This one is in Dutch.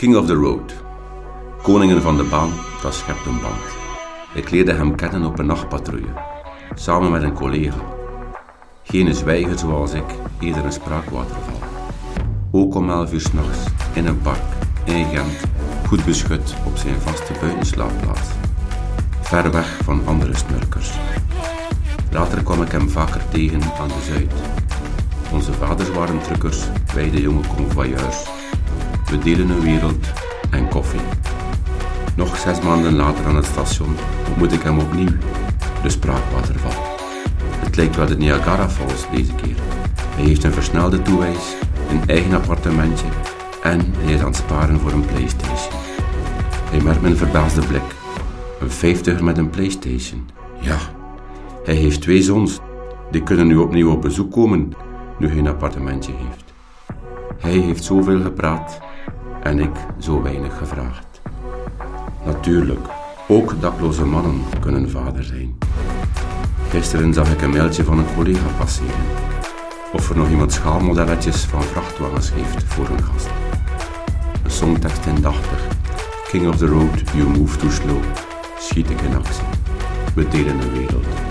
King of the Road. Koningen van de baan, dat schept een band. Ik leerde hem kennen op een nachtpatrouille, samen met een collega. Geen zwijger zoals ik, eerder een spraakwaterval. Ook om 11 uur 's nachts, in een park, in Gent, goed beschut op zijn vaste buitenslaapplaats. Ver weg van andere snurkers. Later kwam ik hem vaker tegen aan de Zuid. Onze vaders waren truckers, wij de jonge convoyeurs. We delen een wereld en koffie. Nog 6 maanden later aan het station ontmoet ik hem opnieuw, de spraakwaterval. Het lijkt wel de Niagara Falls deze keer. Hij heeft een versnelde toewijs, een eigen appartementje en hij is aan het sparen voor een PlayStation. Hij merkt mijn verbaasde blik. Een 50er met een PlayStation. Ja, hij heeft 2 zoons. Die kunnen nu opnieuw op bezoek komen, nu hij een appartementje heeft. Hij heeft zoveel gepraat en ik zo weinig gevraagd. Natuurlijk, ook dakloze mannen kunnen vader zijn. Gisteren zag ik een mailtje van een collega passeren. Of er nog iemand schaalmodelletjes van vrachtwagens heeft voor een gast. Een songtekst indachtig. King of the road, you move too slow. Schiet ik in actie. We delen een wereld.